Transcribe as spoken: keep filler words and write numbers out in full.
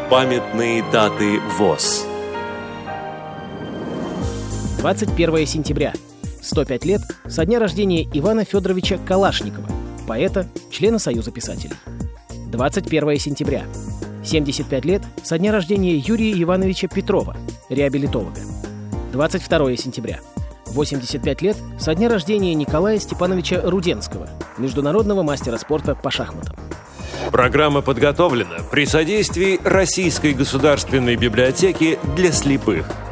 Памятные даты ВОС. двадцать первое сентября. сто пять лет со дня рождения Ивана Федоровича Калашникова, поэта, члена Союза писателей. двадцать первое сентября. семьдесят пять лет со дня рождения Юрия Ивановича Петрова, реабилитолога. двадцать второе сентября. восемьдесят пять лет со дня рождения Николая Степановича Руденского, международного мастера спорта по шахматам. Программа подготовлена при содействии Российской государственной библиотеки для слепых.